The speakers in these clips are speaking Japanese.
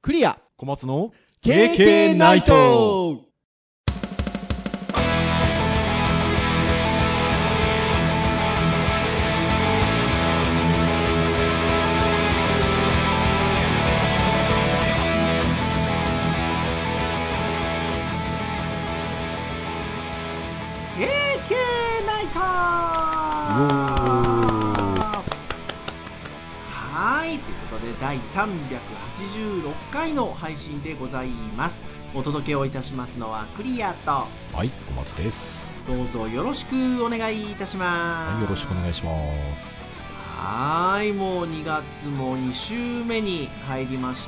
クリア小松の KK ナイト。 はい、ということで第386回の配信でございます。お届けをいたしますのはクリアと、 はい、小松です。 どうぞよろしくお願いいたします。 はい、よろしくお願いします。 はい、もう2月も2週目に入りまして、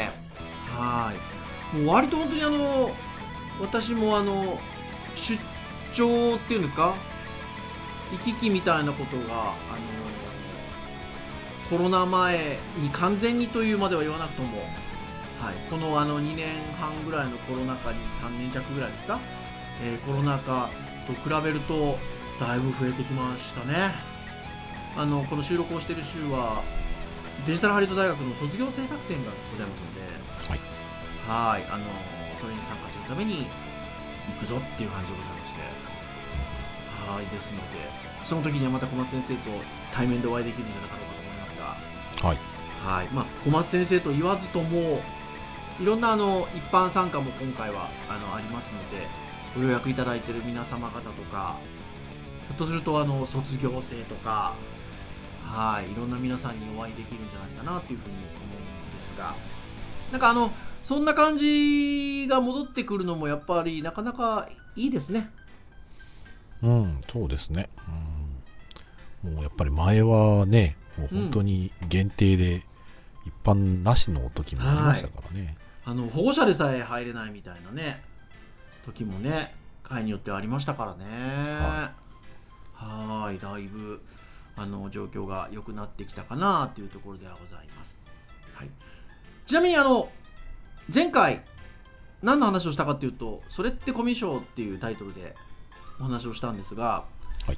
はい、もう割と本当に私も出張っていうんですか、行き来みたいなことがコロナ前に完全にというまでは言わなくとも、はい、この2年半ぐらいのコロナ禍に3年弱ぐらいですか、コロナ禍と比べるとだいぶ増えてきましたね。この収録をしている週はデジタルハリウッド大学の卒業制作展がございますので、はい、それに参加するために行くぞっていう感じでございまして、はい、ですのでその時にはまた小松先生と対面でお会いできるんじゃなかろうかと思いますが、 はい、 はい、小松先生と言わずともいろんな一般参加も今回はありますので、ご予約いただいている皆様方とか、ひょっとすると卒業生とか、はい、いろんな皆さんにお会いできるんじゃないかなというふうに思うんですが、なんかそんな感じが戻ってくるのもやっぱりなかなかいいですね。 うん、そうですね。もうやっぱり前はね、もう本当に限定で一般なしの時もありましたからね。 保護者でさえ入れないみたいなね時もね、会によってはありましたからね。はい、だいぶ状況が良くなってきたかなというところではございます。はい、ちなみに前回何の話をしたかというと、それってコミュ障っていうタイトルでお話をしたんですが、 はい、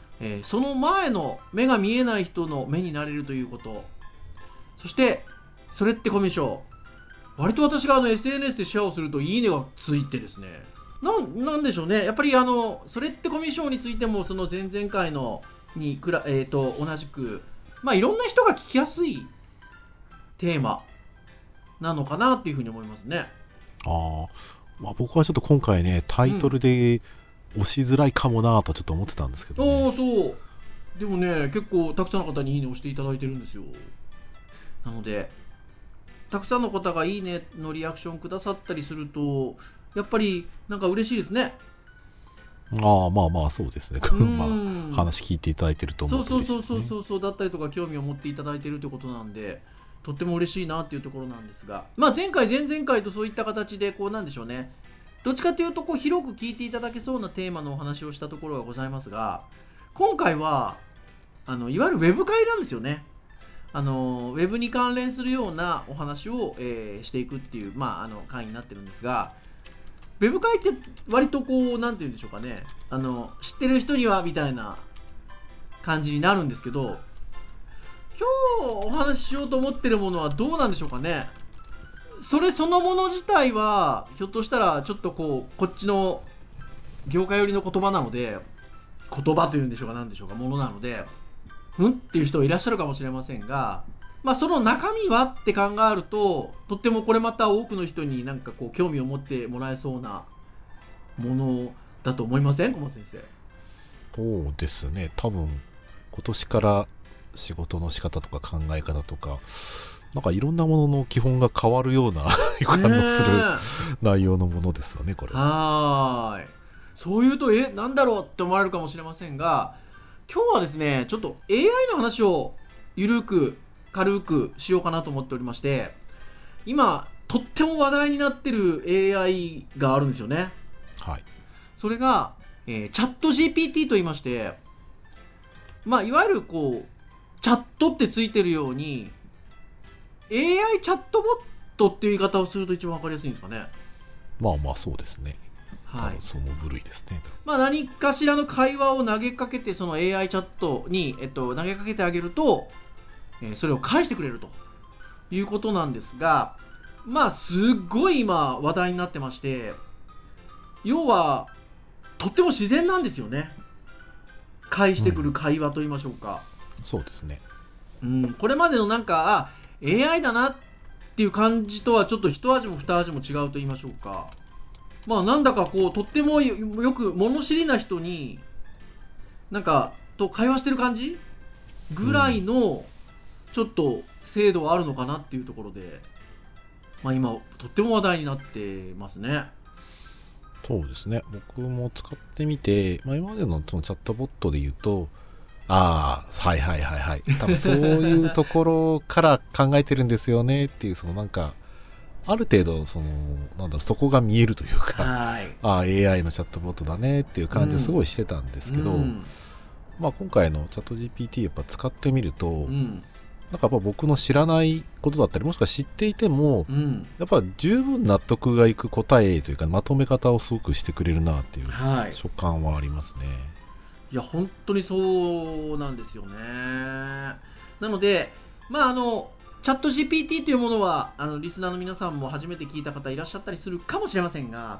その前の目が見えない人の目になれるということ、そしてそれってコミュ障、割と私がSNS でシェアをするといいねがついてですね、なんでしょうね、やっぱりそれってコミュ障についてもその前々回のに同じく、いろんな人が聞きやすいテーマなのかなっていうふうに思いますね。 僕はちょっと今回ね、タイトルで押しづらいかもなとちょっと思ってたんですけどね。 そうでもね、結構たくさんの方にいいねを押していただいてるんですよ。なのでたくさんの方がいいねのリアクションくださったりすると、やっぱりなんか嬉しいですね。 そうですね。話聞いていただいてると思うと嬉しいですね。 そうだったりとか興味を持っていただいてるということなんで、とっても嬉しいなっていうところなんですが、前回前々回とそういった形でなんでしょうね、どっちかというと広く聞いていただけそうなテーマのお話をしたところがございますが、今回はいわゆるウェブ会なんですよね。ウェブに関連するようなお話を、していくっていう、会になってるんですが、ウェブ会って割となんて言うんでしょうかね、知ってる人にはみたいな感じになるんですけど、今日お話ししようと思ってるものはどうなんでしょうかね。それそのもの自体はひょっとしたらちょっとこっちの業界寄りの言葉なので、言葉というんでしょうか、なんでしょうか、ものなのでっていう人いらっしゃるかもしれませんが、その中身はって考えると、とってもこれまた多くの人になんか興味を持ってもらえそうなものだと思いません、小松先生。 そうですね。多分今年から仕事の仕方とか考え方とか、なんかいろんなものの基本が変わるような予感のする内容のものですよね、これ。 はい。そういうとなんだろうって思われるかもしれませんが、今日はですね、ちょっと AI の話をゆるく軽くしようかなと思っておりまして、今とっても話題になってる AI があるんですよね。 はい。 それが、チャット GPT と言いまして、いわゆるチャットってついてるように AI チャットボットっていう言い方をすると一番わかりやすいんですかね。 そうですね。 はい、 その部類ですね。 何かしらの会話を投げかけて、その AI チャットに、投げかけてあげると、それを返してくれるということなんですが、 まあすっごい今話題になってまして、要はとっても自然なんですよね、返してくる会話と言いましょうか、 そうですね。 これまでのなんかAI だなっていう感じとはちょっと一味も二味も違うと言いましょうか、まあなんだかこうとってもよく物知りな人になんかと会話してる感じぐらいのちょっと精度はあるのかなっていうところで、まあ今とっても話題になってますね。 そうですね。僕も使ってみて、まあ、今までのそのチャットボットで言うと、はいはいはいはい。多分そういうところから考えてるんですよねっていう、そのなんか、ある程度、その、なんだろう、そこが見えるというか、 はい。 AI のチャットボットだねっていう感じはすごいしてたんですけど、まあ今回のチャット GPT やっぱ使ってみると、なんかやっぱ僕の知らないことだったり、もしくは知っていても、やっぱ十分納得がいく答えというか、まとめ方をすごくしてくれるなっていう所感はありますね。 いや本当にそうなんですよね。なので、まあチャット GPT というものはリスナーの皆さんも初めて聞いた方いらっしゃったりするかもしれませんが、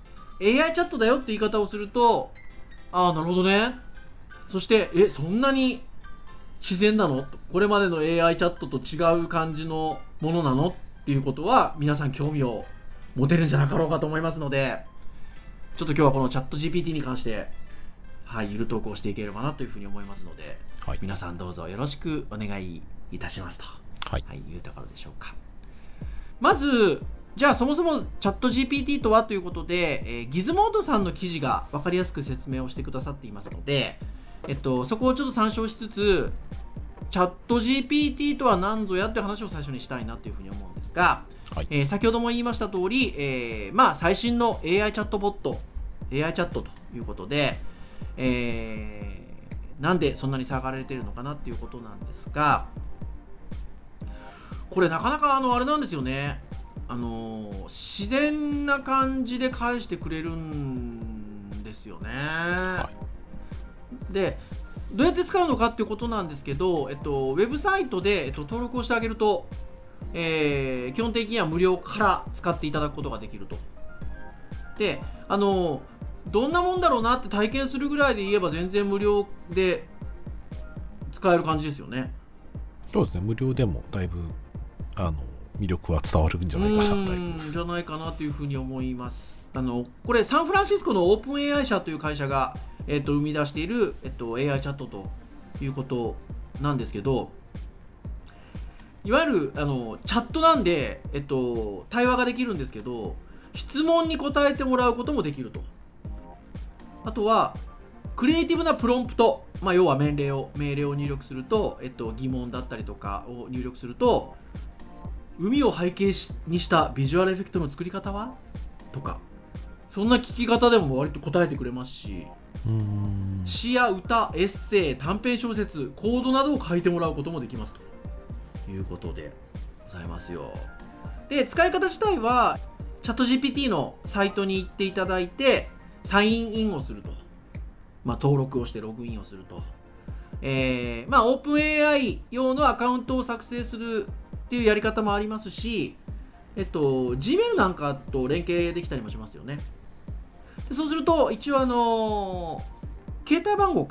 AI チャットだよって言い方をすると、なるほどね、そしてそんなに自然なの、これまでの AI チャットと違う感じのものなのっていうことは皆さん興味を持てるんじゃなかろうかと思いますので、ちょっと今日はこのチャット GPT に関してゆるトークをしていければなというふうに思いますので、皆さんどうぞよろしくお願いいたしますと、いうところでしょうか。まずじゃあそもそもチャット GPT とはということで、ギズモードさんの記事が分かりやすく説明をしてくださっていますので、そこをちょっと参照しつつ、チャット GPT とは何ぞやという話を最初にしたいなというふうに思うんですが、先ほども言いました通り、まあ最新の AI チャットボット AI チャットということで、なんでそんなに騒がれているのかなっていうことなんですが、これなかなかあれなんですよね、自然な感じで返してくれるんですよね。でどうやって使うのかっていうことなんですけど、ウェブサイトで、登録をしてあげると、基本的には無料から使っていただくことができると。でどんなもんだろうなって体験するぐらいで言えば全然無料で使える感じですよね。 そうですね、無料でもだいぶ魅力は伝わるんじゃないかなじゃないかなというふうに思います。これサンフランシスコのオープン AI 社という会社が、生み出している、AI チャットということなんですけど、いわゆるチャットなんで、対話ができるんですけど、質問に答えてもらうこともできると。あとはクリエイティブなプロンプト、要は命令を入力すると、疑問だったりとかを入力すると、海を背景にしたビジュアルエフェクトの作り方はとか、そんな聞き方でも割と答えてくれますし、詩や歌、エッセイ、短編小説、コードなどを書いてもらうこともできますということでございますよ。で、使い方自体はチャット GPT のサイトに行っていただいてサインインをすると、登録をしてログインをすると、オープン AI 用のアカウントを作成するっていうやり方もありますし、Gmail なんかと連携できたりもしますよね。でそうすると一応携帯番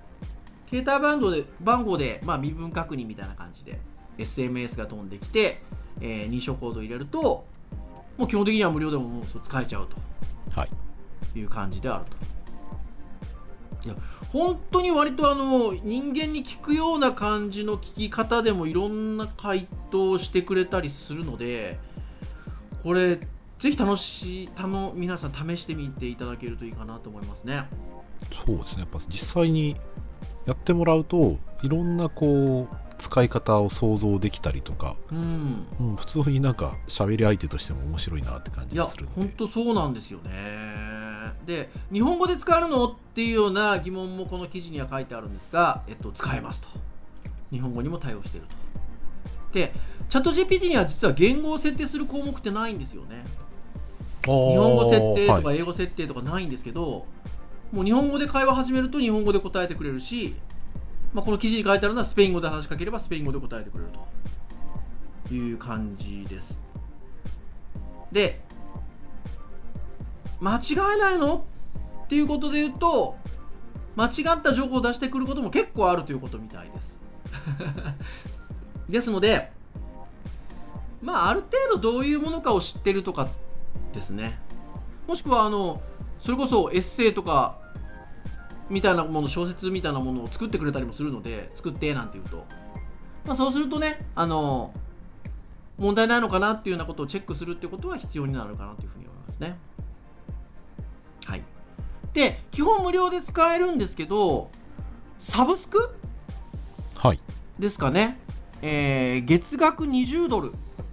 号で身分確認みたいな感じで SMS が飛んできて、認証コードを入れるともう基本的には無料でももう使えちゃうという感じであると。いや本当に割と人間に聞くような感じの聞き方でもいろんな回答をしてくれたりするので、これぜひ皆さん試してみていただけるといいかなと思いますね。 そうですね、やっぱ実際にやってもらうといろんな使い方を想像できたりとか、普通になんか喋り相手としても面白いなって感じがするので。 いや本当そうなんですよね。で日本語で使えるのっていうような疑問もこの記事には書いてあるんですが、使えますと。日本語にも対応していると。でチャット GPT には実は言語を設定する項目ってないんですよね。日本語設定とか英語設定とかないんですけど、もう日本語で会話始めると日本語で答えてくれるし、この記事に書いてあるのはスペイン語で話しかければスペイン語で答えてくれるという感じです。 で間違えないのっていうことで言うと、間違った情報を出してくることも結構あるということみたいですですので、まあある程度どういうものかを知ってるとかですね、もしくはそれこそエッセイとかみたいなもの、小説みたいなものを作ってくれたりもするので、作ってなんて言うと、まあ、そうするとね、問題ないのかなっていうようなことをチェックするっていうことは必要になるかなというふうに思いますね。はい。で、基本無料で使えるんですけど、サブスクはいですかね、月額20ドル、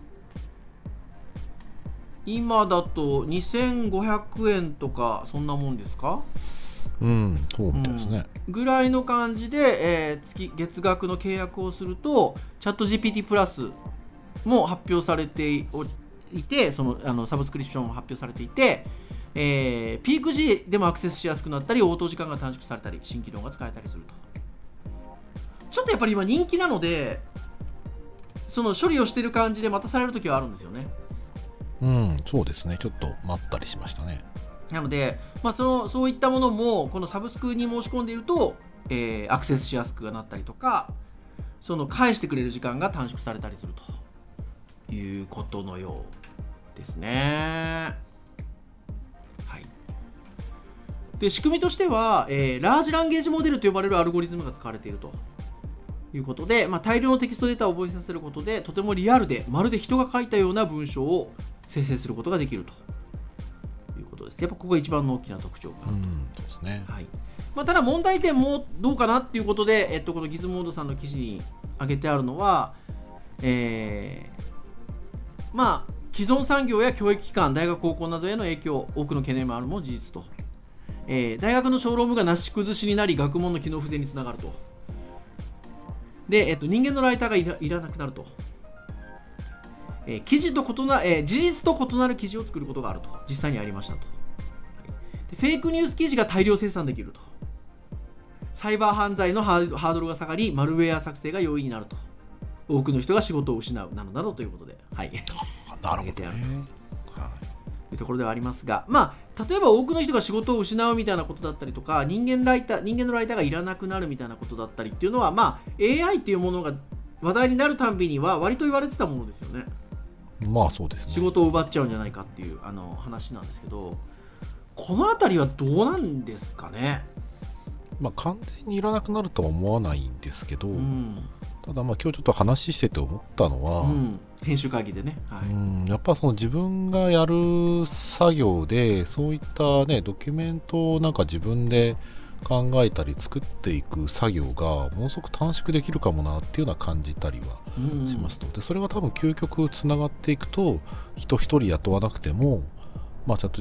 今だと2500円とかそんなもんですか、 そうみたいですね、 ぐらいの感じで、月額の契約をするとチャット GPT プラスも発表されていて、そのサブスクリプションも発表されていて、ピーク時でもアクセスしやすくなったり、応答時間が短縮されたり、新機能が使えたりすると。ちょっとやっぱり今人気なので、その処理をしてる感じで待たされるときはあるんですよね。 そうですね、ちょっと待ったりしましたね。 なので、まあ、そういったものもこのサブスクに申し込んでいると、アクセスしやすくなったりとか、その返してくれる時間が短縮されたりするということのようですね。はい。で、仕組みとしては、ラージランゲージモデルと呼ばれるアルゴリズムが使われているということで、まあ、大量のテキストデータを覚えさせることで、とてもリアルでまるで人が書いたような文章を生成することができるということです。やっぱここが一番の大きな特徴かなと。 そうですね。 はい。まあ、ただ問題点もどうかなっていうことで、このギズモードさんの記事に挙げてあるのは、まあ既存産業や教育機関、大学高校などへの影響、多くの懸念もあるも事実と、大学の小論文がなし崩しになり、学問の機能不全につながると。で、人間のライターがいらなくなると。事実と異なる記事を作ることがあると、実際にありましたと。で、フェイクニュース記事が大量生産できると。サイバー犯罪のハードルが下がり、マルウェア作成が容易になると。多くの人が仕事を失うなどなどということで、はい、 なるほどね。 というところではありますが、まあ、例えば多くの人が仕事を失うみたいなことだったりとか、人間のライターがいらなくなるみたいなことだったりっていうのは、まあ、AI っていうものが話題になるたんびには割と言われてたものですよね。 まあそうですね。 仕事を奪っちゃうんじゃないかっていう話なんですけど、このあたりはどうなんですかね。 まあ完全にいらなくなるとは思わないんですけど、ただまあ今日ちょっと話してて思ったのは、 編集会議でね、はい、 やっぱその自分がやる作業でそういったねドキュメントをなんか自分で考えたり作っていく作業がものすごく短縮できるかもなっていうのは感じたりはしますので、それが多分究極つながっていくと、人一人雇わなくても、まあ、チャット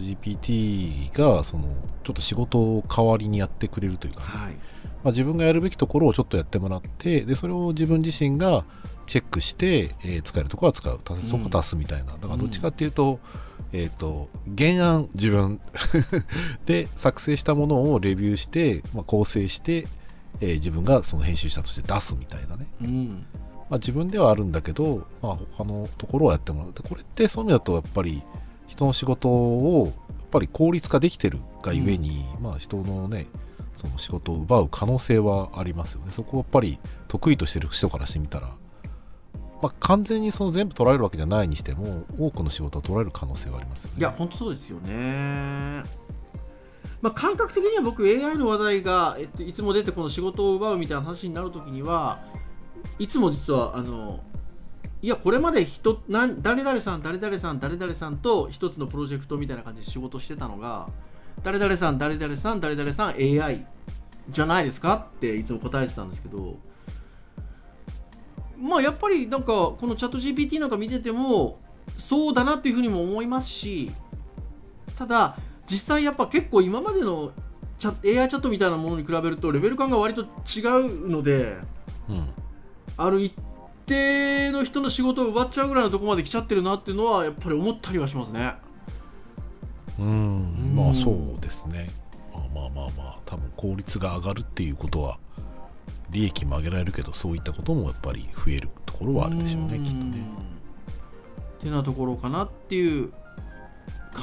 GPT がそのちょっと仕事を代わりにやってくれるというか、 はい、 まあ、自分がやるべきところをちょっとやってもらって、でそれを自分自身がチェックして、使えるところは使う、足すところは足すみたいな、だからどっちかっていうと、原案自分で作成したものをレビューして、まあ、構成して、自分がその編集者として出すみたいなね、まあ、自分ではあるんだけど、まあ、他のところをやってもらう。でこれってそういう意味だとやっぱり人の仕事をやっぱり効率化できてるがゆえに、まあ、人のねその仕事を奪う可能性はありますよね。そこをやっぱり得意としてる人からしてみたら、まあ、完全にその全部取られるわけじゃないにしても多くの仕事を取られる可能性はありますよね。 いや本当そうですよね。まあ、感覚的には僕 AI の話題が、いつも出てこの仕事を奪うみたいな話になるときにはいつも実はいやこれまで誰々さん誰々さん誰々さんと一つのプロジェクトみたいな感じで仕事してたのが、誰々さん誰々さん誰々さん AI じゃないですかっていつも答えてたんですけど、まあやっぱりなんかこのチャット GPT なんか見ててもそうだなっていうふうにも思いますし、ただ実際やっぱ結構今までのAI チャットみたいなものに比べるとレベル感が割と違うので、ある一定の人の仕事を奪っちゃうぐらいのところまで来ちゃってるなっていうのはやっぱり思ったりはしますね。 まあそうですね。まあ多分効率が上がるっていうことは利益も上げられるけど、そういったこともやっぱり増えるところはあるでしょうね、きっとね。 っていうようなところかなっていう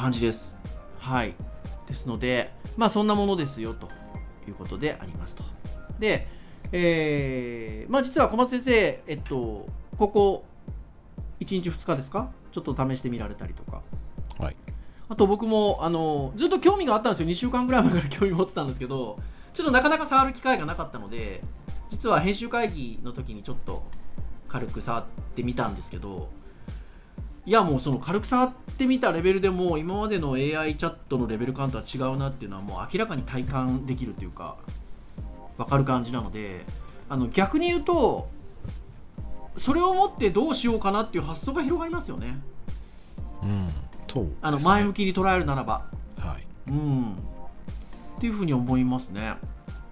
感じです。はい。ですので、まあそんなものですよということでありますと。で、まあ実は小松先生、ここ1日2日ですか、ちょっと試してみられたりとか。 はい。 あと僕もずっと興味があったんですよ。2週間ぐらい前から興味持ってたんですけど、ちょっとなかなか触る機会がなかったので、実は編集会議の時にちょっと軽く触ってみたんですけど、いやもうその軽く触ってみたレベルでも今までの AI チャットのレベル感とは違うなっていうのはもう明らかに体感できるというか分かる感じなので、逆に言うとそれをもってどうしようかなっていう発想が広がりますよね。 そうですね、 前向きに捉えるならば、 はい、 っていうふうに思いますね。 やっ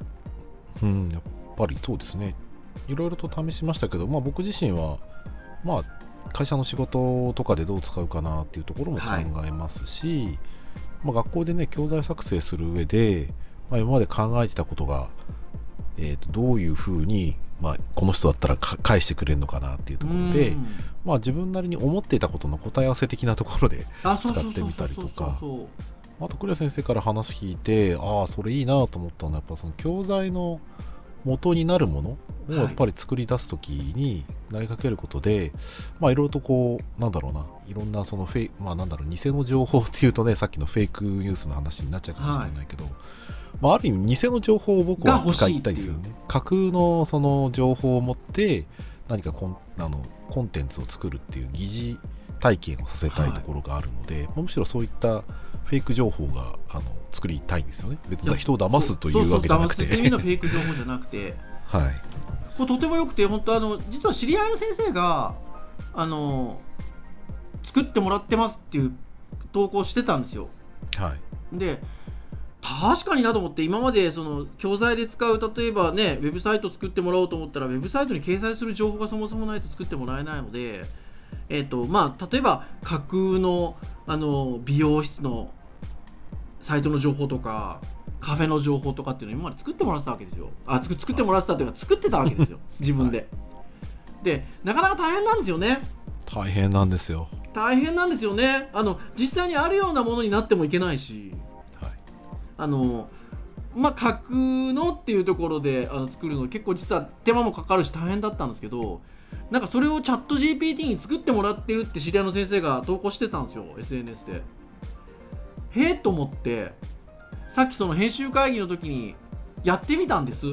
ぱりそうですね。いろいろと試しましたけど、僕自身は会社の仕事とかでどう使うかなっていうところも考えますし、学校でね教材作成する上で、今まで考えてたことが、どういうふうに、この人だったら返してくれるのかなっていうところで、自分なりに思っていたことの答え合わせ的なところで使ってみたりとか、あと栗谷先生から話聞いて、それいいなと思ったのは、やっぱその教材の元になるものをやっぱり作り出すときに投げかけることで、いろいろといろんなその偽の情報っていうとね、さっきのフェイクニュースの話になっちゃうかもしれないけど、ある意味偽の情報を僕は使いたいですよね。架空のその情報を持って何かコンテンツを作るっていう疑似体験をさせたいところがあるので、むしろそういったフェイク情報が作りたいんですよね。別に人を騙すというわけじゃなくて、 騙すっていう意味のフェイク情報じゃなくてはい、 これとてもよくて、本当実は知り合いの先生が作ってもらってますっていう投稿してたんですよ。 はい、 で確かになと思って、今までその教材で使う、例えばねウェブサイト作ってもらおうと思ったらウェブサイトに掲載する情報がそもそもないと作ってもらえないので、例えば架空の美容室のサイトの情報とかカフェの情報とかっていうのを今まで作ってもらってたわけですよ。作ってもらってたというか作ってたわけですよ自分で、でなかなか大変なんですよね。 大変なんですよ。 大変なんですよね。実際にあるようなものになってもいけないし、架空のっていうところで作るの結構実は手間もかかるし大変だったんですけど、なんかそれをチャット GPT に作ってもらってるって知り合いの先生が投稿してたんですよ SNS で。へえと思って、さっきその編集会議の時にやってみたんです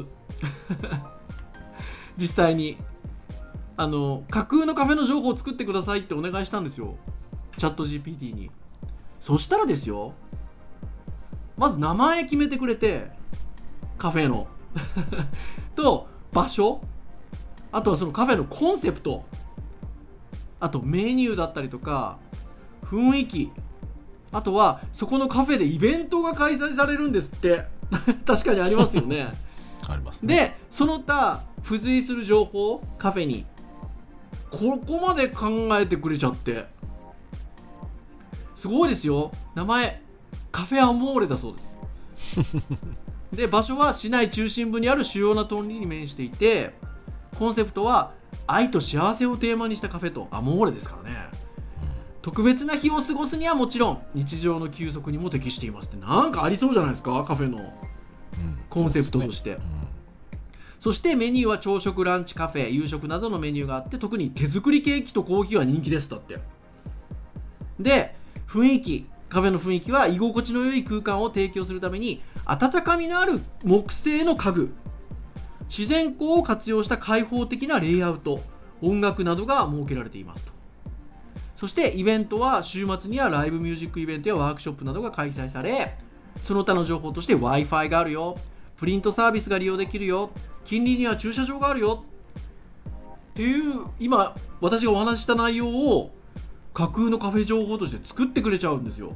実際に架空のカフェの情報を作ってくださいってお願いしたんですよ、チャット GPT に。そしたらですよ、まず名前決めてくれて、カフェのと場所、あとはそのカフェのコンセプト、あとメニューだったりとか雰囲気、あとはそこのカフェでイベントが開催されるんですって確かにありますよねありますね。 でその他付随する情報、カフェにここまで考えてくれちゃってすごいですよ。名前カフェアモーレだそうですで場所は市内中心部にある主要な通りに面していて、コンセプトは愛と幸せをテーマにしたカフェとアモーレですからね。特別な日を過ごすにはもちろん日常の休息にも適していますって、なんかありそうじゃないですか、カフェのコンセプトとして、そしてメニューは朝食、ランチ、カフェ、夕食などのメニューがあって、特に手作りケーキとコーヒーは人気ですだって。で雰囲気、カフェの雰囲気は居心地の良い空間を提供するために温かみのある木製の家具、自然光を活用した開放的なレイアウト、音楽などが設けられていますと。そしてイベントは週末にはライブミュージックイベントやワークショップなどが開催され、その他の情報として Wi-Fi があるよ、プリントサービスが利用できるよ、近隣には駐車場があるよっていう今私がお話しした内容を架空のカフェ情報として作ってくれちゃうんですよ。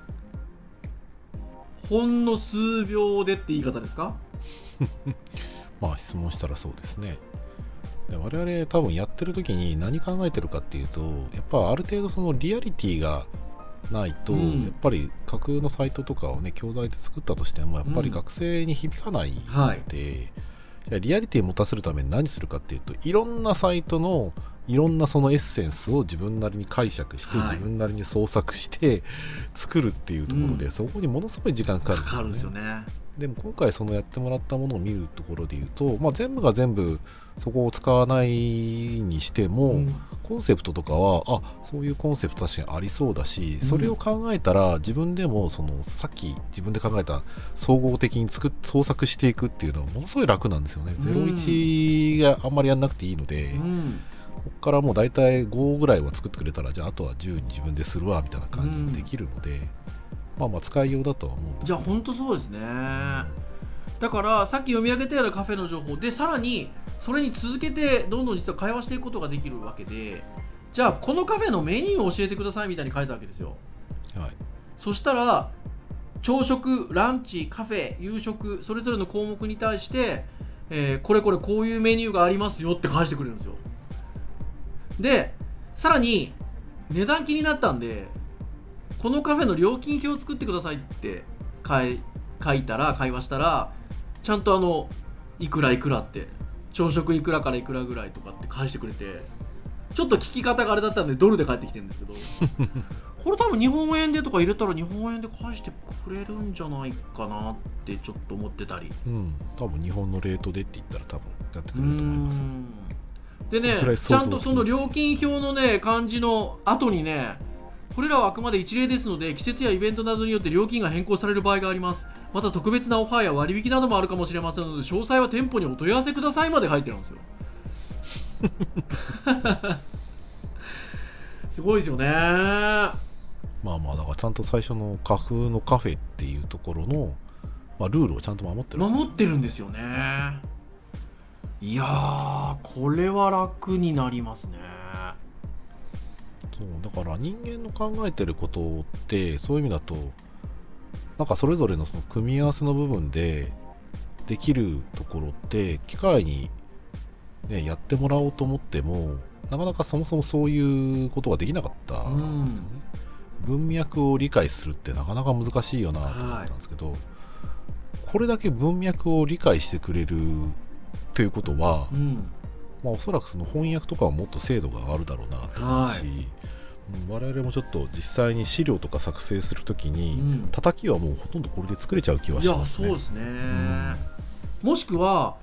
ほんの数秒でって言い方ですか質問したらそうですね。我々多分やってる時に何考えてるかっていうと、やっぱある程度そのリアリティがないと、やっぱり架空のサイトとかをね教材で作ったとしてもやっぱり学生に響かないので、じゃあリアリティを持たせるために何するかっていうと、いろんなサイトのいろんなそのエッセンスを自分なりに解釈して、 はい、 自分なりに創作して作るっていうところで、そこにものすごい時間かかるんですよね。でも今回そのやってもらったものを見るところで言うと、全部が全部そこを使わないにしても、コンセプトとかはそういうコンセプト確かにありそうだし、それを考えたら自分でもさっき自分で考えた総合的に創作していくっていうのはものすごい楽なんですよね。01があんまりやんなくていいので、ここからもう大体5ぐらいは作ってくれたら、じゃああとは10に自分でするわみたいな感じにできるので、使いようだとは思うんですけど。 いや本当そうですね、だからさっき読み上げたようなカフェの情報で、さらにそれに続けてどんどん実は会話していくことができるわけで、じゃあこのカフェのメニューを教えてくださいみたいに書いたわけですよ。 はい、 そしたら朝食、ランチ、カフェ、夕食、それぞれの項目に対して、これこういうメニューがありますよって返してくれるんですよ。でさらに値段気になったんで、このカフェの料金表を作ってくださいって会話したら、ちゃんといくらいくらって、朝食いくらからいくらぐらいとかって返してくれて、ちょっと聞き方があれだったんでドルで返ってきてるんですけどこれ多分日本円でとか入れたら日本円で返してくれるんじゃないかなってちょっと思ってたり、 多分日本のレートでって言ったら多分やってくれると思います。 でね、ちゃんとその料金表のね漢字の後にね、これらはあくまで一例ですので、季節やイベントなどによって料金が変更される場合があります。また特別なオファーや割引などもあるかもしれませんので、詳細は店舗にお問い合わせくださいまで書いてるんですよすごいですよね。 だからちゃんと最初の架空のカフェっていうところの、ルールをちゃんと守ってるんですよね。いやー、これは楽になりますね。 そうだから人間の考えてることってそういう意味だとなんかそれぞれのその組み合わせの部分でできるところって機械に、やってもらおうと思ってもなかなかそもそもそういうことができなかったんですよね。文脈を理解するってなかなか難しいよなと思ったんですけど、これだけ文脈を理解してくれるということは、おそらくその翻訳とかはもっと精度が上がるだろうなと思うし、我々もちょっと実際に資料とか作成するときに、叩きはもうほとんどこれで作れちゃう気はしますね。 いやそうですね、もしくは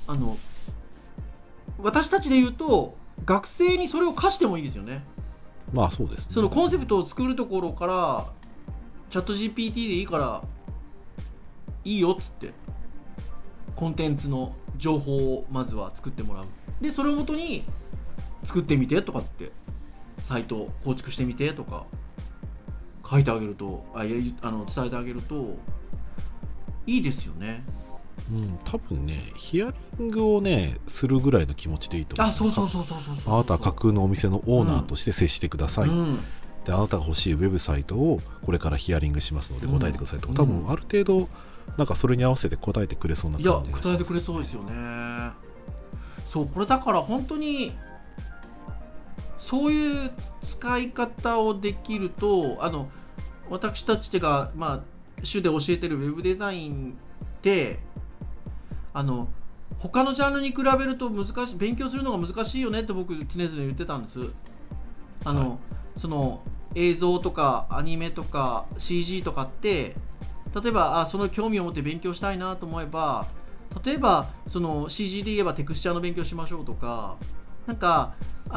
私たちで言うと学生にそれを課してもいいですよね。 そうですね。 そのコンセプトを作るところからチャット GPT でいいからいいよっつってコンテンツの情報をまずは作ってもらう。でそれをもとに作ってみてとかってサイトを構築してみてとか書いてあげると伝えてあげるといいですよね。 多分ねヒアリングをねするぐらいの気持ちでいいと思う。あなたは架空のお店のオーナーとして接してください、であなたが欲しいウェブサイトをこれからヒアリングしますので答えてくださいとか、多分ある程度なんかそれに合わせて答えてくれそうな感じがします。 答えてくれそうですよね。そうこれだから本当にそういう使い方をできると私たちが主で教えてるウェブデザインって他のジャンルに比べると勉強するのが難しいよねって僕常々言ってたんです。その映像とかアニメとか CG とかって例えばその興味を持って勉強したいなと思えば、例えばその CG で言えばテクスチャーの勉強しましょうとか、なんか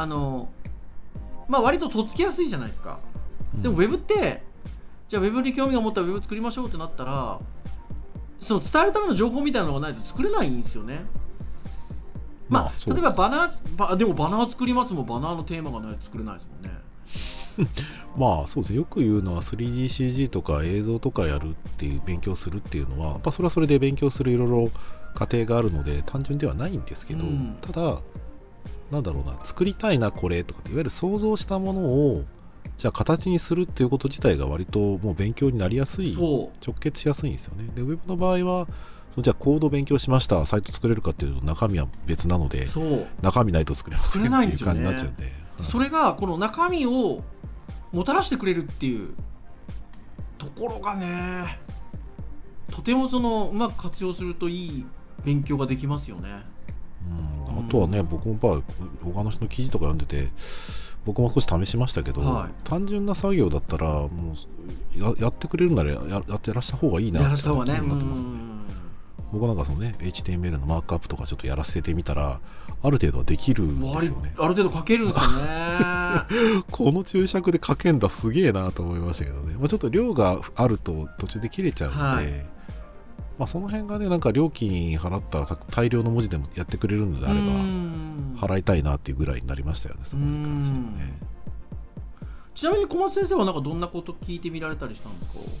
割ととっつきやすいじゃないですか。でもウェブってじゃあウェブに興味を持ったらウェブ作りましょうってなったら、その伝えるための情報みたいなのがないと作れないんですよね。例えばバナーでもバナー作りますもん、バナーのテーマがないと作れないですもんね。 そうですね。よく言うのは 3DCG とか映像とかやるっていう勉強するっていうのは、それはそれで勉強するいろいろ過程があるので単純ではないんですけど、ただ作りたいなこれとかっていわゆる想像したものをじゃあ形にするっていうこと自体が割ともう勉強になりやすい、直結しやすいんですよね。でウェブの場合はじゃあコード勉強しました、サイト作れるかっていうと中身は別なので、中身ないと作れませんっていう感じになっちゃうんで、 それがこの中身をもたらしてくれるっていうところがね、とてもうまく活用するといい勉強ができますよね。 あとはね、僕も他の人の記事とか読んでて、僕も少し試しましたけど、 はい、 単純な作業だったらもう やってくれるならやらした方がいいなって気になってますね。僕なんかそのね HTML のマークアップとかちょっとやらせてみたらある程度はできるんですよね。 ある程度書けるんですよねこの注釈で書けんだすげえなと思いましたけどね、ちょっと量があると途中で切れちゃうので、はい、その辺がねなんか料金払ったら大量の文字でもやってくれるのであれば払いたいなっていうぐらいになりましたよね、そこに関してはね。 ちなみに小松先生はなんかどんなこと聞いてみられたりしたんですか？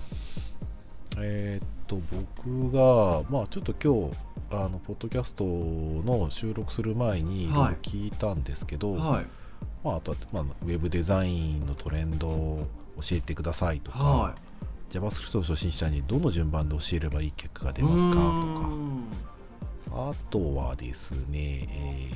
僕が、ちょっと今日ポッドキャストの収録する前に聞いたんですけど、はい、あとは、ウェブデザインのトレンドを教えてくださいとか、はい、JavaScript の初心者にどの順番で教えればいい結果が出ますかとか、あとはですね、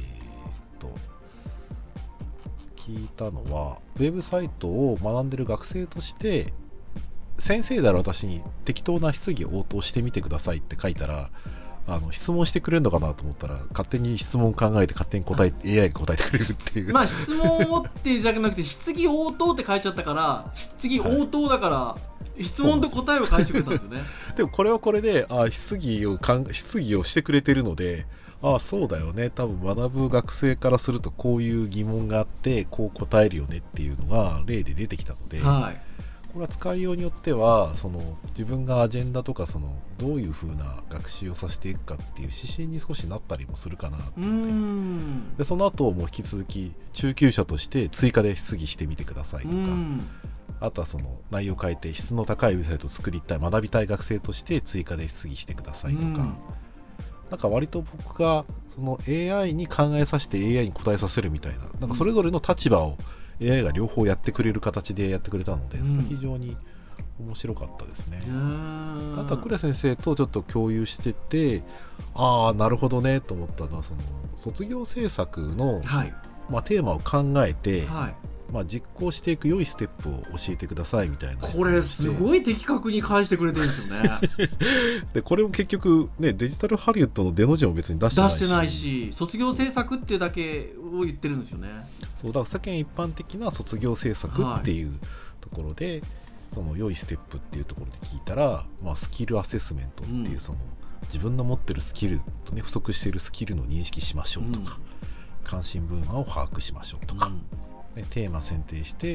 聞いたのはウェブサイトを学んでる学生として先生である私に適当な質疑応答してみてくださいって書いたら質問してくれるのかなと思ったら勝手に質問考えて勝手にAI が答えてくれるっていう質問をってじゃなくて質疑応答って書いちゃったから質疑応答だから、はい、質問と答えを返してくれたんですよねでもこれはこれで質疑をしてくれてるのでそうだよね、多分学ぶ学生からするとこういう疑問があってこう答えるよねっていうのが例で出てきたので、はい、これは使いようによっては自分がアジェンダとかどういう風な学習をさせていくかっていう指針に少しなったりもするかなってでその後も引き続き中級者として追加で質疑してみてくださいとか、あとは内容を変えて質の高いウェブサイトを作りたい学びたい学生として追加で質疑してくださいとか、なんか割と僕がAI に考えさせて AI に答えさせるみたいな、なんかそれぞれの立場をAI が両方やってくれる形でやってくれたので、それ非常に面白かったですね。あとは倉先生とちょっと共有してて、なるほどねと思ったのは卒業制作の、はい、テーマを考えて、はい、実行していく良いステップを教えてくださいみたいな。 これすごい的確に返してくれてるんですよねでこれも結局ねデジタルハリウッドの出の字も別に出してないし卒業制作っていうだけを言ってるんですよね。 そうだから世間一般的な卒業制作っていうところで、良いステップっていうところで聞いたら、スキルアセスメントっていう自分の持ってるスキルとね不足しているスキルの認識しましょうとか、関心分野を把握しましょうとか、テーマ選定して、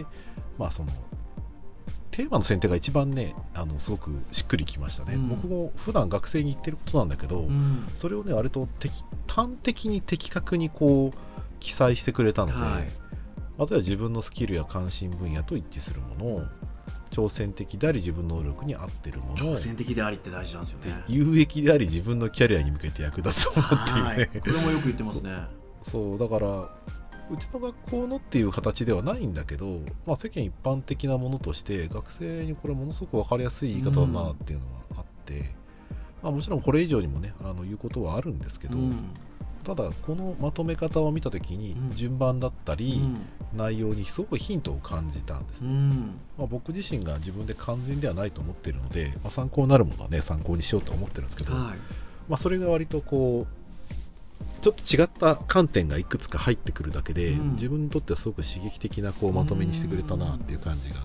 テーマの選定が一番ねすごくしっくりきましたね。僕も普段学生に言ってることなんだけど、それをね割と端的に的確に記載してくれたので、例えば自分のスキルや関心分野と一致するものを挑戦的であり自分の能力に合ってるもの、 挑戦的でありって大事なんですよね。 有益であり自分のキャリアに向けて役立つものっていうねこれもよく言ってますね。 そうだからうちの学校のっていう形ではないんだけど、世間一般的なものとして学生にこれものすごく分かりやすい言い方だなっていうのがあって、もちろんこれ以上にもね言うことはあるんですけど、ただこのまとめ方を見たときに順番だったり、内容にすごくヒントを感じたんですね。僕自身が自分で完全ではないと思っているので、参考になるものはね参考にしようと思ってるんですけど、それが割とちょっと違った観点がいくつか入ってくるだけで、自分にとってはすごく刺激的なまとめにしてくれたなっていう感じがあって、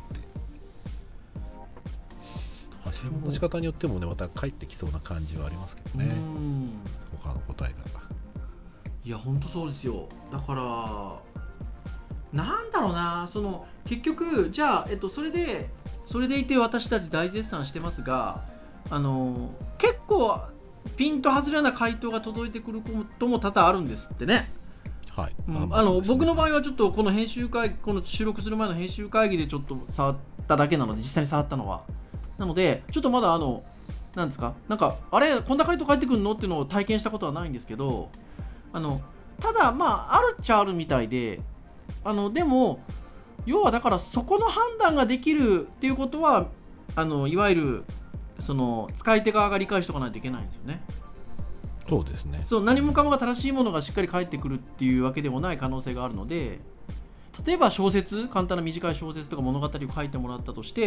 質問の仕方によってもねまた返ってきそうな感じはありますけどね、他の答えが。 いや本当そうですよ。だからなんだろうな、結局じゃあ、それでいて私たち大絶賛してますが、結構ピンと外れな回答が届いてくることも多々あるんですってね。はい、僕の場合はちょっとこの収録する前の編集会議でちょっと触っただけなので、実際に触ったのはなのでちょっとまだなんですか、なんかあれこんな回答返ってくるのっていうのを体験したことはないんですけど、ただあるっちゃあるみたいで、でも要はだからそこの判断ができるっていうことは、いわゆる使い手側が理解しておかないといけないんですよね。 そうですね。 何もかもが正しいものがしっかり返ってくるっていうわけでもない可能性があるので、例えば簡単な短い小説とか物語を書いてもらったとして、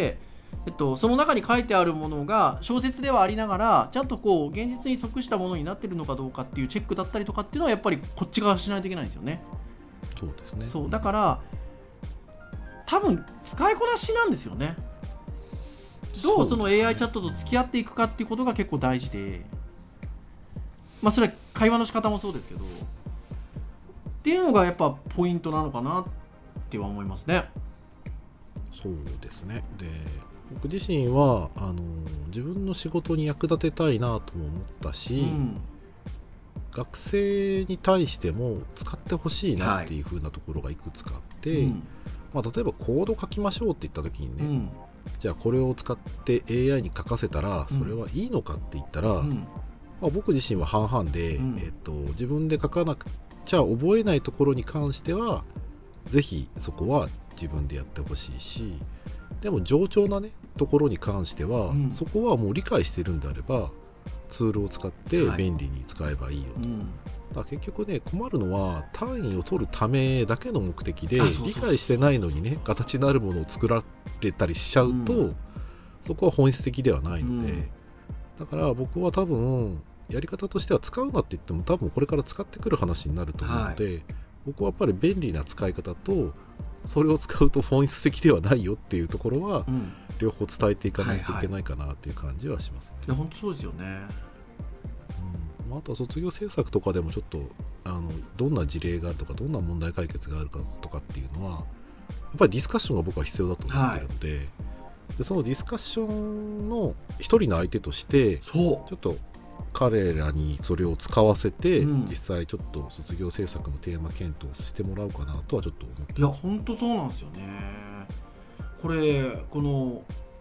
その中に書いてあるものが小説ではありながらちゃんとこう現実に即したものになってるのかどうかっていうチェックだったりとかっていうのはやっぱりこっち側しないといけないんですよね。 そうですね。 そうだから多分使いこなしなんですよね。どうその AI チャットと付き合っていくかっていうことが結構大事で、まあそれは会話の仕方もそうですけどっていうのがやっぱポイントなのかなっては思いますね。 そうですね。で、僕自身は自分の仕事に役立てたいなとも思ったし、学生に対しても使ってほしいなっていう風なところがいくつかあって、まあ、例えばコード書きましょうって言った時にね、じゃあこれを使って AI に書かせたらそれはいいのかって言ったら、まあ、僕自身は半々で、自分で書かなくちゃ覚えないところに関してはぜひそこは自分でやってほしいし、でも冗長なねところに関しては、そこはもう理解してるんであればツールを使って便利に使えばいいよと、だから結局ね困るのは単位を取るためだけの目的で理解してないのにね形になるものを作られたりしちゃうと、そこは本質的ではないので、だから僕は多分やり方としては使うなって言っても多分これから使ってくる話になると思うので、僕はやっぱり便利な使い方とそれを使うと本質的ではないよっていうところは、両方伝えていかないといけないかなっていう感じはしますね。 いや本当そうですよね。 あとは卒業制作とかでもちょっとどんな事例があるとかどんな問題解決があるかとかっていうのはやっぱりディスカッションが僕は必要だと思ってるので、でそのディスカッションの一人の相手としてちょっと彼らにそれを使わせて、実際ちょっと卒業制作のテーマ検討してもらおうかなとはちょっと思ってます。 いや本当そうなんですよね。この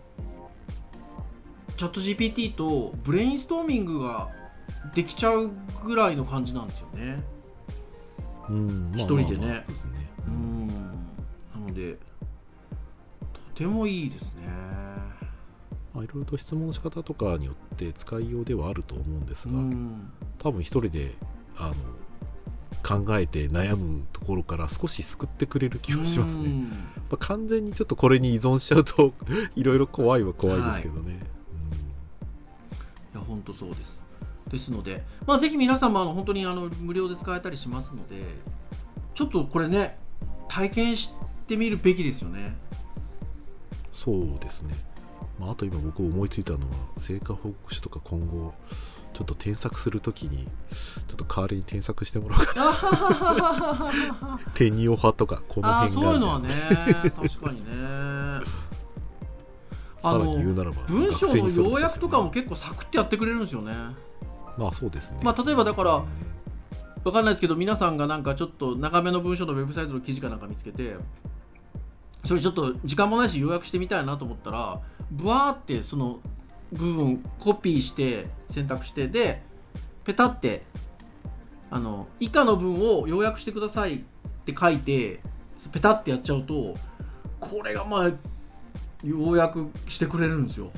チャット GPT とブレインストーミングができちゃうぐらいの感じなんですよね。一人でね。なのでとてもいいですね。 いろいろと質問の仕方とかによって使いようではあると思うんですが、多分一人で考えて悩むところから少し救ってくれる気がしますね。完全にちょっとこれに依存しちゃうといろいろ怖いは怖いですけどね。 いや本当そうです。ですので、ぜひ皆さんも本当に無料で使えたりしますので、ちょっとこれね体験してみるべきですよね。 そうですね。あと今僕思いついたのは成果報告書とか今後ちょっと添削するときにちょっと代わりに添削してもらおうかなテニオ派とかこの辺がそういうのはね確かにねさらに言うならば文章の要約とかも結構サクッてやってくれるんですよね。 そうですね。 例えばだから分かんないですけど、皆さんがなんかちょっと長めの文章のウェブサイトの記事かなんか見つけてそれちょっと時間もないし要約してみたいなと思ったらブワーってその部分コピーして選択してでペタって以下の文を要約してくださいって書いてペタってやっちゃうとこれが要約してくれるんですよ。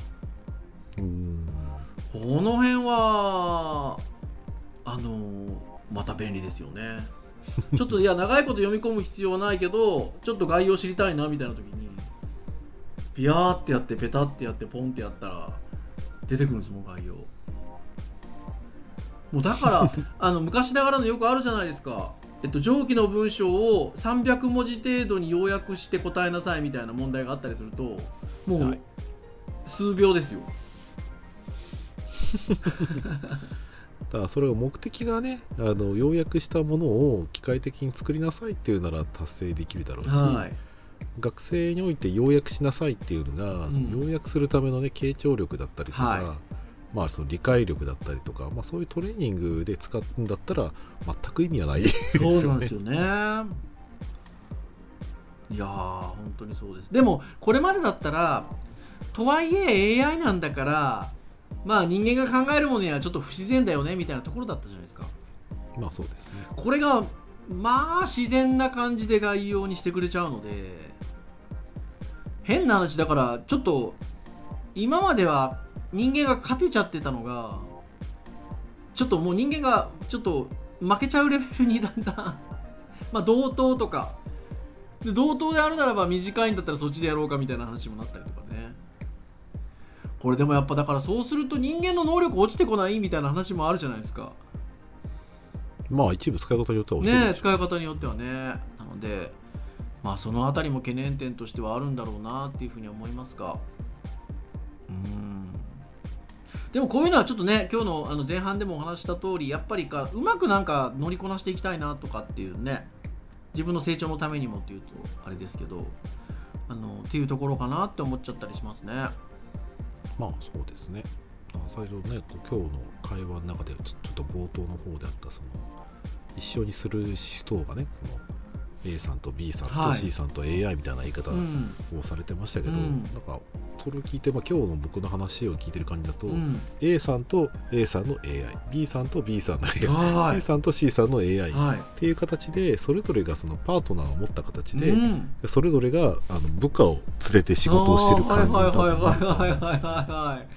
この辺はまた便利ですよね。ちょっと長いこと読み込む必要はないけどちょっと概要知りたいなみたいな時にピヤーってやってペタってやってポンってやったら出てくるんですもん概要。もうだから昔ながらのよくあるじゃないですか。上記の文章を300文字程度に要約して答えなさいみたいな問題があったりするともう数秒ですよ。 だからそれを目的がね要約したものを機械的に作りなさいっていうなら達成できるだろうし、学生において要約しなさいっていうのが、要約するためのね傾聴力だったりとか、その理解力だったりとか、そういうトレーニングで使うんだったら全く意味はないですよね。 そうなんですよね。いや本当にそうです。でもこれまでだったらとはいえ AI なんだから人間が考えるものにはちょっと不自然だよねみたいなところだったじゃないですか。 そうですね。 これが自然な感じで概要にしてくれちゃうので、変な話だからちょっと今までは人間が勝てちゃってたのがちょっともう人間がちょっと負けちゃうレベルにだんだん同等とかで同等であるならば短いんだったらそっちでやろうかみたいな話もなったりとかね。 これでもやっぱだからそうすると人間の能力落ちてこないみたいな話もあるじゃないですか。 まあ一部使い方によってはね、使い方によってはね。なのでまあそのあたりも懸念点としてはあるんだろうなっていうふうに思いますが、でもこういうのはちょっとね、今日の前半でもお話した通り、やっぱりうまくなんか乗りこなしていきたいなとかっていうね、自分の成長のためにもっていうとあれですけど、っていうところかなって思っちゃったりしますね。 まあそうですね。最初ね、今日の会話の中でちょっと冒頭の方であったその一緒にする人がね、その A さんと B さんと C さんと AI みたいな言い方をされてましたけど、なんかそれを聞いて、今日の僕の話を聞いてる感じだと、A さんと A さんの AI、B さんと B さんの AI、C さんと C さんの AI、っていう形でそれぞれがそのパートナーを持った形で、それぞれが部下を連れて仕事をしてる感じだと思うんです。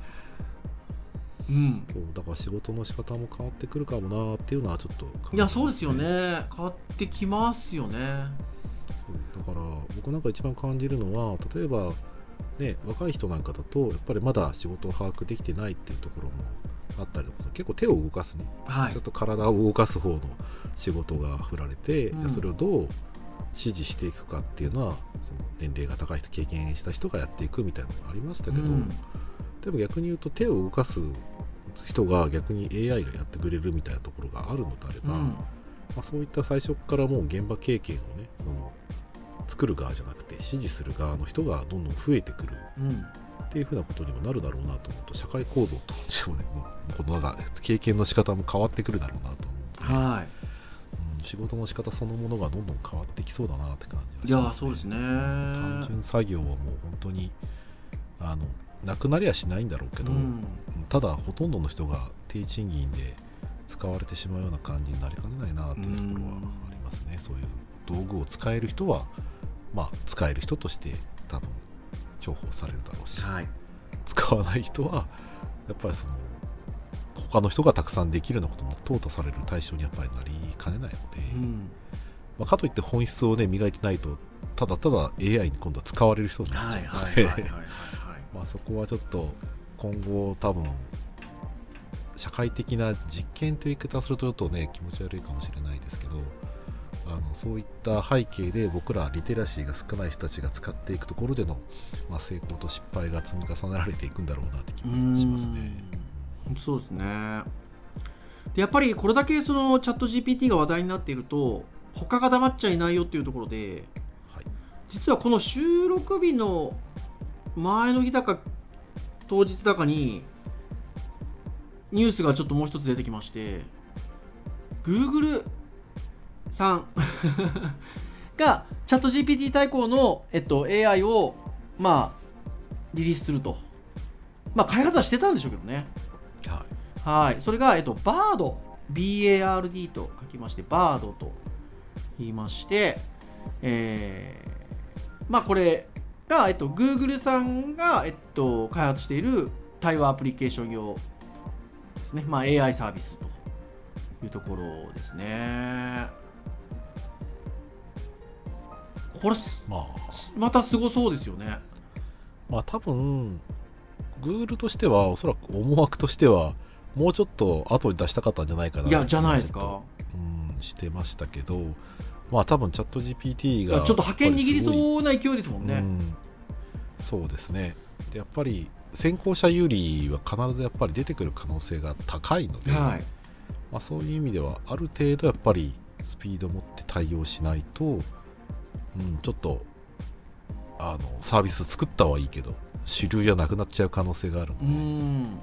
だから仕事の仕方も変わってくるかもなっていうのはちょっと、 いやそうですよね、変わってきますよね。 だから僕なんか一番感じるのは、例えばね、若い人なんかだとやっぱりまだ仕事を把握できてないっていうところもあったりとか、結構手を動かすね、ちょっと体を動かす方の仕事が振られて、それをどう指示していくかっていうのはその年齢が高い人、経験した人がやっていくみたいなのがありましたけど、でも逆に言うと手を動かす人が逆に AI がやってくれるみたいなところがあるのであれば、そういった最初からもう現場経験をね、その作る側じゃなくて指示する側の人がどんどん増えてくるっていうふうなことにもなるだろうなと思うと、社会構造としてもね、このなんか経験の仕方も変わってくるだろうなと思うので、仕事の仕方そのものがどんどん変わってきそうだなって感じがしますね。 いやそうですね。 単純作業はもう本当になくなりはしないんだろうけど、ただほとんどの人が低賃金で使われてしまうような感じになりかねないなというところはありますね。そういう道具を使える人は、使える人として多分重宝されるだろうし、使わない人はやっぱりその他の人がたくさんできるようなことも淘汰される対象にやっぱりなりかねないので、かといって本質をね磨いてないとただただ AI に今度は使われる人になっちゃうので、そこはちょっと今後多分社会的な実験という言い方をするとちょっとね気持ち悪いかもしれないですけど、そういった背景で僕らリテラシーが少ない人たちが使っていくところでの、成功と失敗が積み重ねられていくんだろうなって気がしますね。 そうですね。でやっぱりこれだけそのチャット GPT が話題になっていると他が黙っちゃいないよっていうところで、実はこの収録日の前の日だか当日だかにニュースがちょっともう一つ出てきまして、 Google さんがチャット GPT 対抗の、AI をリリースすると、開発はしてたんでしょうけどね。それが、BARD BARD と書きまして BARD と言いまして、これが、Google さんが、開発している対話アプリケーション用ですね。AI サービスというところですね。これ、またすごそうですよね。 多分 Google としてはおそらく思惑としてはもうちょっと後に出したかったんじゃないかな。 いやじゃないですか。 してましたけど、多分チャット GPT がちょっと覇権握りそうな勢いですもんね。 そうですね。でやっぱり先行者有利は必ずやっぱり出てくる可能性が高いので、そういう意味ではある程度やっぱりスピードを持って対応しないと、ちょっとサービス作ったはいいけど主流じゃなくなっちゃう可能性があるので、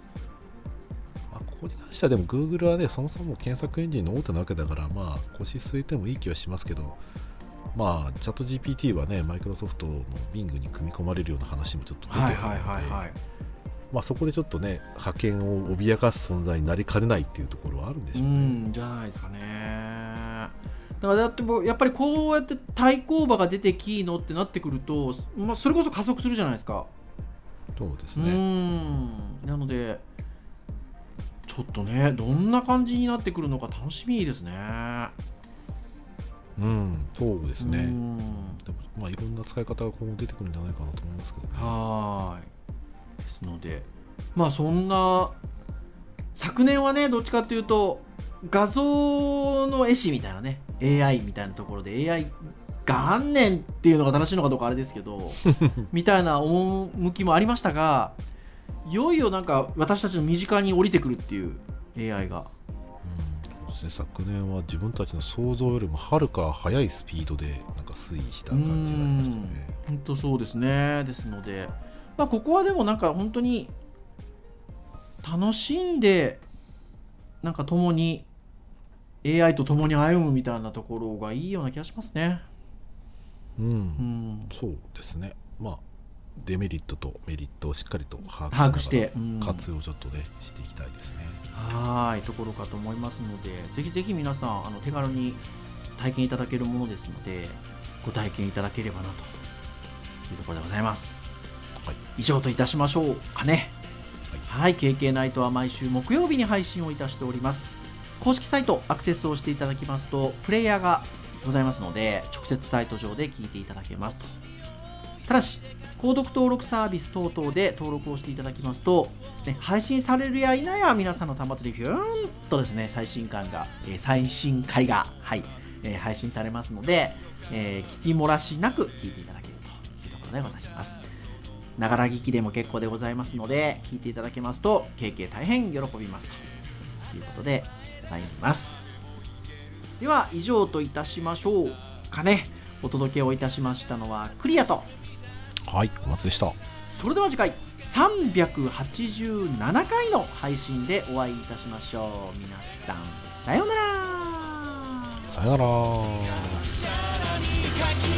ここに関してはでも Google はねそもそも検索エンジンの大手なわけだから腰据えてもいい気はしますけど、チャット GPT はねマイクロソフトの Bing に組み込まれるような話もちょっと出てくるので、そこでちょっとね覇権を脅かす存在になりかねないっていうところはあるんでしょうね。 じゃないですかね。だからやっぱりこうやって対抗馬が出てきのってなってくると、それこそ加速するじゃないですか。 そうですね。 なのでちょっとねどんな感じになってくるのか楽しみですね。 そうですね。でもいろんな使い方が今後出てくるんじゃないかなと思いますけどね。 で、まあそんな昨年はねどっちかというと画像の絵師みたいなね AI みたいなところで AI 元年っていうのが正しいのかどうかあれですけどみたいな趣もありましたが、いよいよなんか私たちの身近に降りてくるっていう AI が、 そうですね、昨年は自分たちの想像よりもはるか速いスピードでなんか推移した感じがありましたよね。 本当そうですね。ですので、まあ、ここはでもなんか本当に楽しんでなんか共に AI と共に歩むみたいなところがいいような気がしますね。 そうですね。まあデメリットとメリットをしっかりと把握しして活用をちょっとねしていきたいですね。 はいところかと思いますので、ぜひぜひ皆さん手軽に体験いただけるものですのでご体験いただければなというところでございます。 はい、 以上といたしましょうかね。はい、KK ナイトは毎週木曜日に配信をいたしております。公式サイトアクセスをしていただきますとプレイヤーがございますので直接サイト上で聞いていただけますと。ただし購読登録サービス等々で登録をしていただきますとですね、配信されるや否や皆さんの端末でヒューンとですね最新回が、はい配信されますので、聞き漏らしなく聞いていただけるというところでございます。ながら聞きでも結構でございますので聞いていただけますと KK 大変喜びますということでございます。では以上といたしましょうかね。お届けをいたしましたのはクリアと、 はい、小松でした。 それでは次回387回の配信でお会いいたしましょう。皆さんさようなら。 さよなら。